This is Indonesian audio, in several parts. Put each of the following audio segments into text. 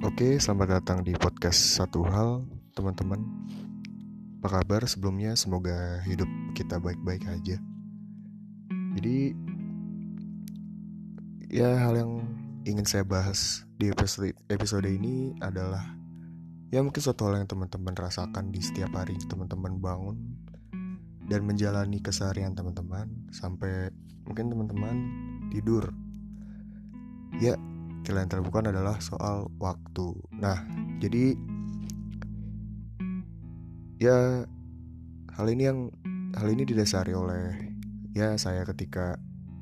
Oke, selamat datang di podcast Satu Hal, teman-teman. Apa kabar sebelumnya? Semoga hidup kita baik-baik aja. Jadi, hal yang ingin saya bahas di episode ini adalah mungkin suatu hal yang teman-teman rasakan di setiap hari teman-teman bangun dan menjalani keseharian teman-teman sampai mungkin teman-teman tidur. Yang terbuka adalah soal waktu. Nah, jadi hal ini didasari oleh saya ketika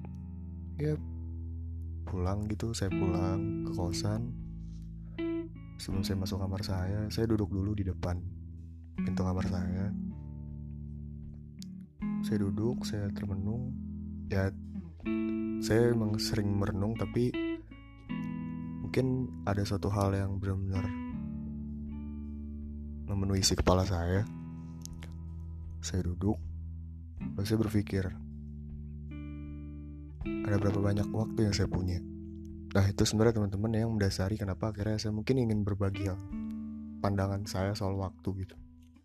saya pulang ke kosan. Sebelum saya masuk kamar saya duduk dulu di depan pintu kamar saya. Saya duduk, saya termenung. Saya emang sering merenung, tapi mungkin ada suatu hal yang benar-benar memenuhi isi kepala saya. Saya duduk, lalu saya berpikir, ada berapa banyak waktu yang saya punya. Nah, itu sebenarnya teman-teman yang mendasari kenapa akhirnya saya mungkin ingin berbagi pandangan saya soal waktu gitu.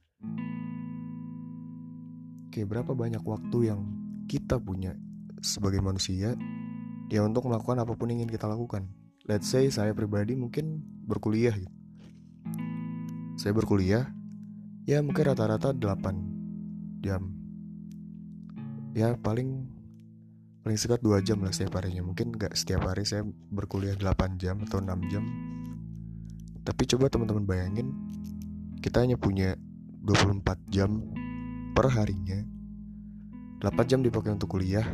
Oke, berapa banyak waktu yang kita punya sebagai manusia untuk melakukan apapun yang ingin kita lakukan. Let's say saya pribadi mungkin berkuliah gitu. Saya berkuliah mungkin rata-rata 8 jam. Paling singkat 2 jam lah setiap harinya. Mungkin gak setiap hari saya berkuliah 8 jam atau 6 jam. Tapi coba teman-teman bayangin, kita hanya punya 24 jam per harinya. 8 jam dipakai untuk kuliah,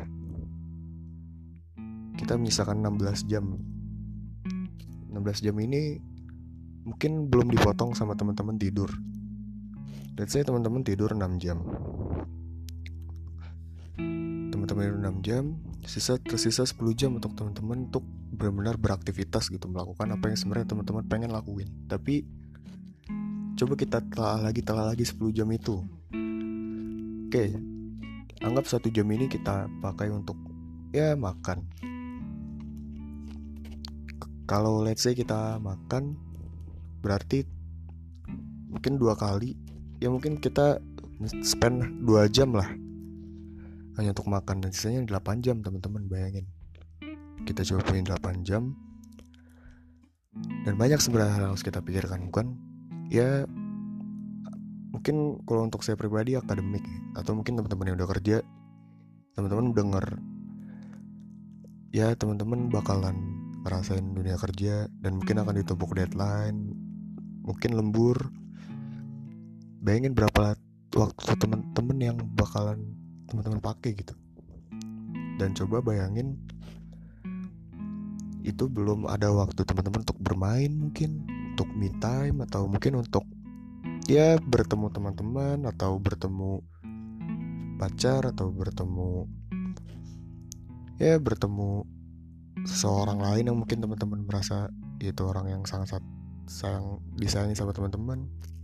kita menyisakan 16 jam. 16 jam ini mungkin belum dipotong sama teman-teman tidur. Let's say teman-teman tidur 6 jam. Teman-teman tidur 6 jam, tersisa 10 jam untuk teman-teman untuk benar-benar beraktivitas gitu, melakukan apa yang sebenarnya teman-teman pengen lakuin. Tapi coba kita telah lagi 10 jam itu. Oke, anggap 1 jam ini kita pakai untuk makan. Kalau let's say kita makan, berarti mungkin 2 kali. Mungkin kita spend 2 jam lah hanya untuk makan, dan sisanya 8 jam teman-teman. Bayangin, kita coba punya 8 jam. Dan banyak sebenarnya hal yang harus kita pikirkan, bukan? Mungkin kalau untuk saya pribadi akademik, atau mungkin teman-teman yang udah kerja, teman-teman denger teman-teman bakalan ngerasain dunia kerja dan mungkin akan ditumpuk deadline, mungkin lembur. Bayangin berapa waktu teman-teman yang bakalan teman-teman pakai gitu. Dan coba bayangin, itu belum ada waktu teman-teman untuk bermain, mungkin untuk me time, atau mungkin untuk bertemu teman-teman, atau bertemu pacar, atau bertemu seseorang lain yang mungkin teman-teman merasa itu orang yang sangat disayangi sama teman-teman.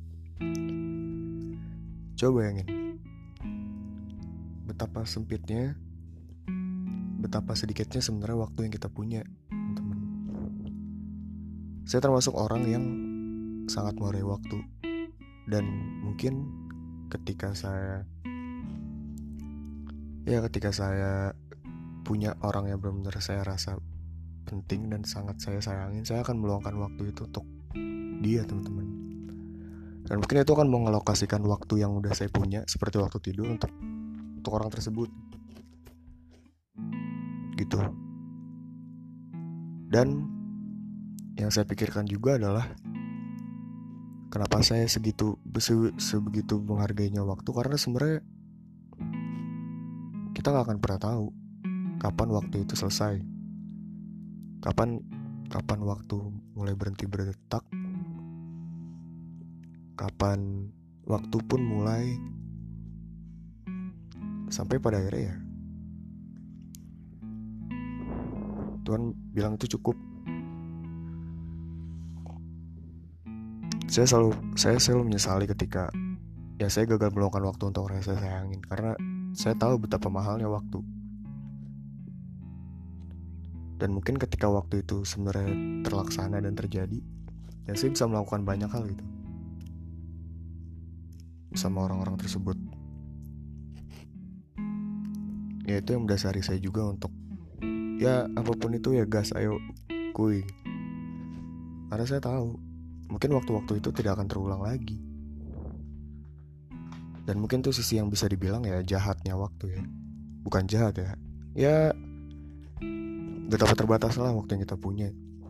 Coba bayangin betapa sempitnya, betapa sedikitnya sebenarnya waktu yang kita punya, teman-teman. Saya termasuk orang yang sangat menghargai waktu, dan mungkin ketika saya punya orang yang benar-benar saya rasa penting dan sangat saya sayangin, saya akan meluangkan waktu itu untuk dia, teman-teman. Dan mungkin itu akan mengalokasikan waktu yang udah saya punya, seperti waktu tidur, untuk orang tersebut gitu. Dan yang saya pikirkan juga adalah kenapa saya sebegitu menghargainya waktu, karena sebenarnya kita gak akan pernah tahu kapan waktu itu selesai, kapan waktu mulai berhenti berdetak, kapan waktu pun mulai sampai pada akhirnya Tuhan bilang itu cukup. Saya selalu menyesali ketika saya gagal meluangkan waktu untuk orang yang saya sayangin, karena saya tahu betapa mahalnya waktu. Dan mungkin ketika waktu itu sebenarnya terlaksana dan terjadi, dan saya bisa melakukan banyak hal gitu sama orang-orang tersebut. Ya itu yang mendasari saya juga untuk ya apapun itu ya gas, ayo kuy. Karena saya tahu mungkin waktu-waktu itu tidak akan terulang lagi. Dan mungkin tuh sisi yang bisa dibilang ya jahatnya waktu ya. Bukan jahat ya. Ya betapa terbatas lah waktu yang kita punya.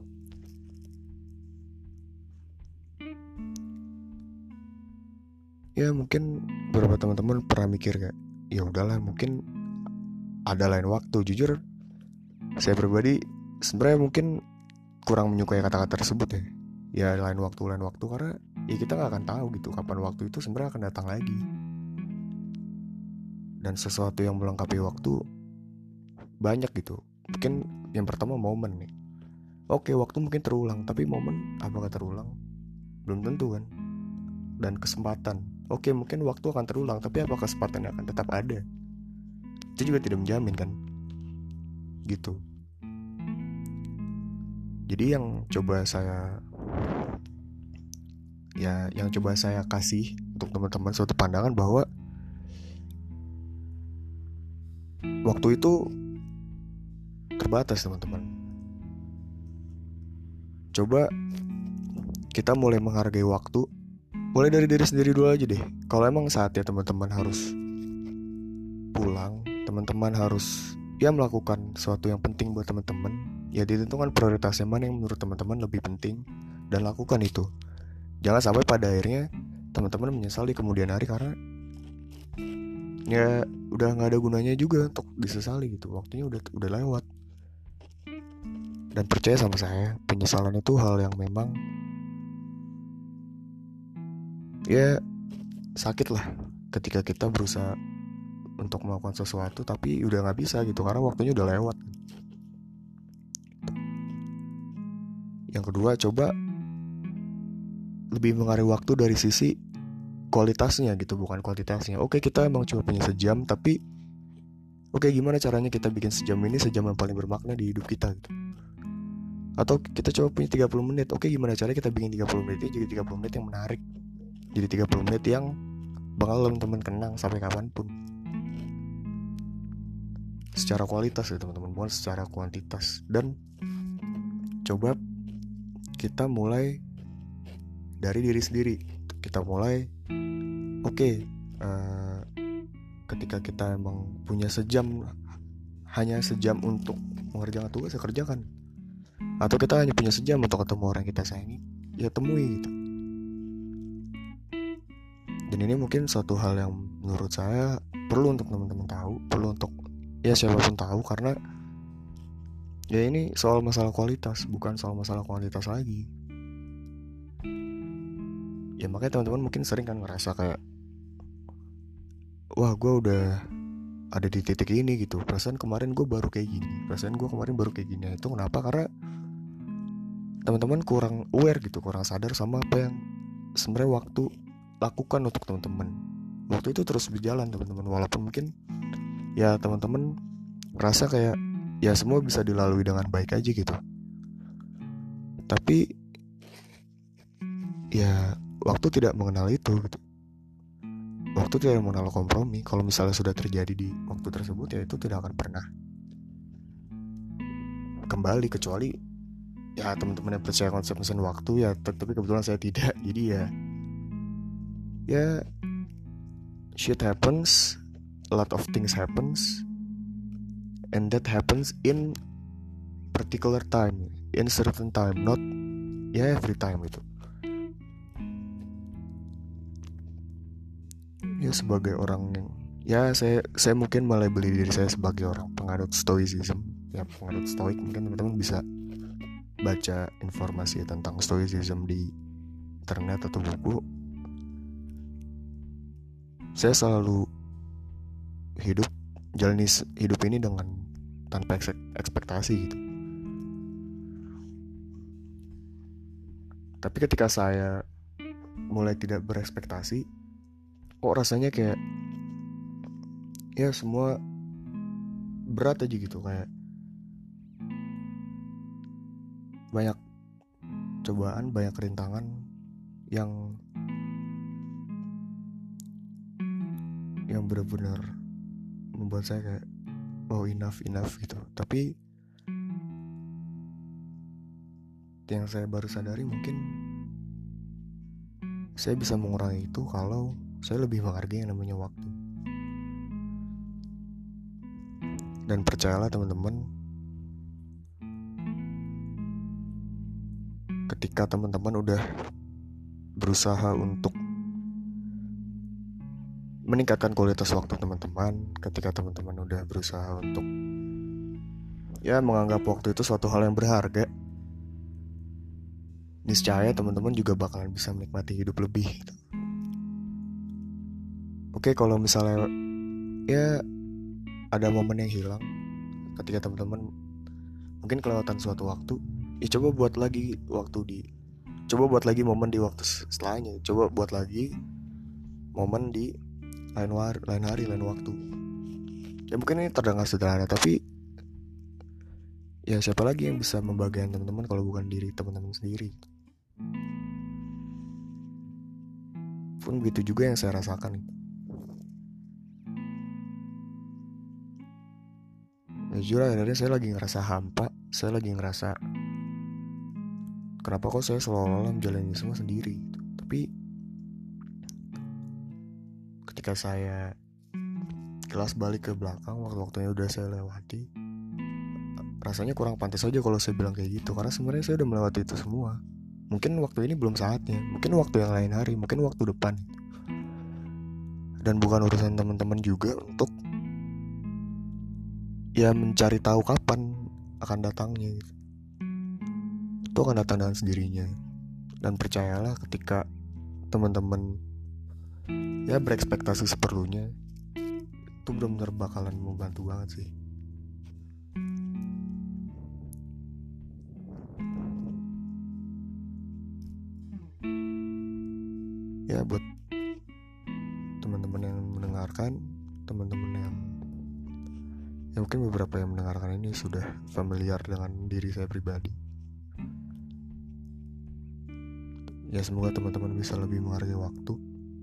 Ya mungkin beberapa teman-teman pernah mikir kayak ya udahlah mungkin ada lain waktu. Jujur saya pribadi sebenarnya mungkin kurang menyukai kata-kata tersebut ya. Ya lain waktu karena ya kita nggak akan tahu gitu kapan waktu itu sebenarnya akan datang lagi. Dan sesuatu yang melengkapi waktu banyak gitu. Mungkin yang pertama momen nih. Oke, waktu mungkin terulang, tapi momen apakah terulang? Belum tentu kan. Dan kesempatan. Oke, mungkin waktu akan terulang, tapi apakah kesempatannya akan tetap ada? Itu juga tidak menjamin kan. Gitu. Jadi yang coba saya kasih untuk teman-teman suatu pandangan bahwa waktu itu terbatas teman-teman. Coba kita mulai menghargai waktu. Mulai dari diri sendiri dulu aja deh. Kalau emang saatnya teman-teman harus pulang, teman-teman harus ya melakukan sesuatu yang penting buat teman-teman, ya ditentukan prioritasnya mana yang menurut teman-teman lebih penting dan lakukan itu. Jangan sampai pada akhirnya teman-teman menyesal di kemudian hari karena ya udah nggak ada gunanya juga untuk disesali gitu. Waktunya udah lewat. Dan percaya sama saya, penyesalan itu hal yang memang ya sakit lah ketika kita berusaha untuk melakukan sesuatu tapi udah nggak bisa gitu karena waktunya udah lewat. Yang kedua, coba lebih menghargai waktu dari sisi kualitasnya gitu, bukan kuantitasnya. Oke, kita emang cuma punya sejam, tapi oke, gimana caranya kita bikin sejam ini sejam yang paling bermakna di hidup kita gitu. Atau kita coba punya 30 menit. Oke, gimana caranya kita bikin 30 menit itu jadi 30 menit yang menarik. Jadi 30 menit yang bakal teman-teman kenang sampai kapanpun. Secara kualitas ya teman-teman, bukan secara kuantitas. Dan coba kita mulai dari diri sendiri. Kita mulai ketika kita emang punya hanya sejam untuk mengerjakan tugas, ya kerjakan. Atau kita hanya punya sejam untuk ketemu orang yang kita sayangi, ya temui gitu. Dan ini mungkin suatu hal yang menurut saya perlu untuk teman-teman tahu, perlu untuk ya siapapun tahu, karena ya ini soal masalah kualitas, bukan soal masalah kuantitas lagi. Ya makanya teman-teman mungkin sering kan ngerasa kayak wah gue udah ada di titik ini gitu, perasaan kemarin gue baru kayak gini, itu kenapa? Karena teman-teman kurang aware gitu, kurang sadar sama apa yang sebenarnya waktu lakukan untuk teman-teman. Waktu itu terus berjalan teman-teman, walaupun mungkin ya teman-teman ngerasa kayak ya semua bisa dilalui dengan baik aja gitu, tapi ya waktu tidak mengenal itu gitu. Waktu tidak mengenal kompromi. Kalau misalnya sudah terjadi di waktu tersebut, ya itu tidak akan pernah kembali, kecuali ya teman-teman yang percaya konsep mesin waktu ya. Tapi kebetulan saya tidak. Jadi ya shit happens, a lot of things happens, and that happens in particular time, in certain time, not ya every time gitu. Ya sebagai orang yang ya saya mungkin melabeli diri saya sebagai orang penganut stoicism. Ya penganut stoik, mungkin teman-teman bisa baca informasi tentang stoicism di internet atau buku. Saya selalu jalani hidup ini dengan tanpa ekspektasi gitu. Tapi ketika saya mulai tidak berekspektasi, kok rasanya kayak ya semua berat aja gitu, kayak banyak cobaan, banyak rintangan yang benar-benar membuat saya kayak enough gitu. Tapi yang saya baru sadari, mungkin saya bisa mengurangi itu kalau saya lebih menghargai yang namanya waktu. Dan percayalah teman-teman, ketika teman-teman udah berusaha untuk meningkatkan kualitas waktu teman-teman, ketika teman-teman udah berusaha untuk menganggap waktu itu suatu hal yang berharga, niscaya teman-teman juga bakalan bisa menikmati hidup lebih gitu. Oke, kalau misalnya ada momen yang hilang ketika teman-teman mungkin kelewatan suatu waktu, coba buat lagi momen di waktu setelahnya, coba buat lagi momen di lain hari, lain waktu. Mungkin ini terdengar sederhana, tapi siapa lagi yang bisa membahagiakan teman-teman kalau bukan diri teman-teman sendiri. Pun begitu juga yang saya rasakan. Jujur akhirnya saya lagi ngerasa hampa, saya lagi ngerasa kenapa kok saya seolah-olah menjalani ini semua sendiri. Tapi ketika saya kelas balik ke belakang, waktu-waktunya udah saya lewati, rasanya kurang pantas aja kalau saya bilang kayak gitu, karena sebenarnya saya udah melewati itu semua. Mungkin waktu ini belum saatnya, mungkin waktu yang lain hari, mungkin waktu depan. Dan bukan urusan teman-teman juga untuk mencari tahu kapan akan datangnya. Itu akan datang dengan sendirinya. Dan percayalah, ketika teman-teman berekspektasi seperlunya, itu benar-benar bakalan membantu banget sih. Buat teman-teman yang mendengarkan, teman-teman yang mungkin beberapa yang mendengarkan ini sudah familiar dengan diri saya pribadi. Semoga teman-teman bisa lebih menghargai waktu.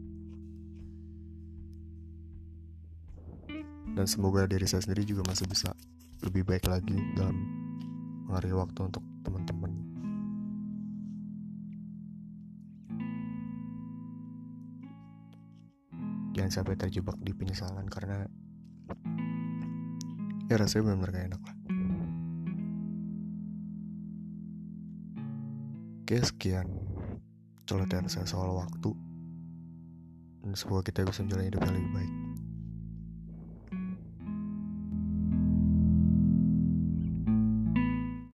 Dan semoga diri saya sendiri juga masih bisa lebih baik lagi dalam menghargai waktu untuk teman-teman. Jangan sampai terjebak di penyesalan, karena rasanya benar-benar gak enak lah. Oke, sekian celotehan saya soal waktu, dan semoga kita bisa menjalani hidup yang lebih baik.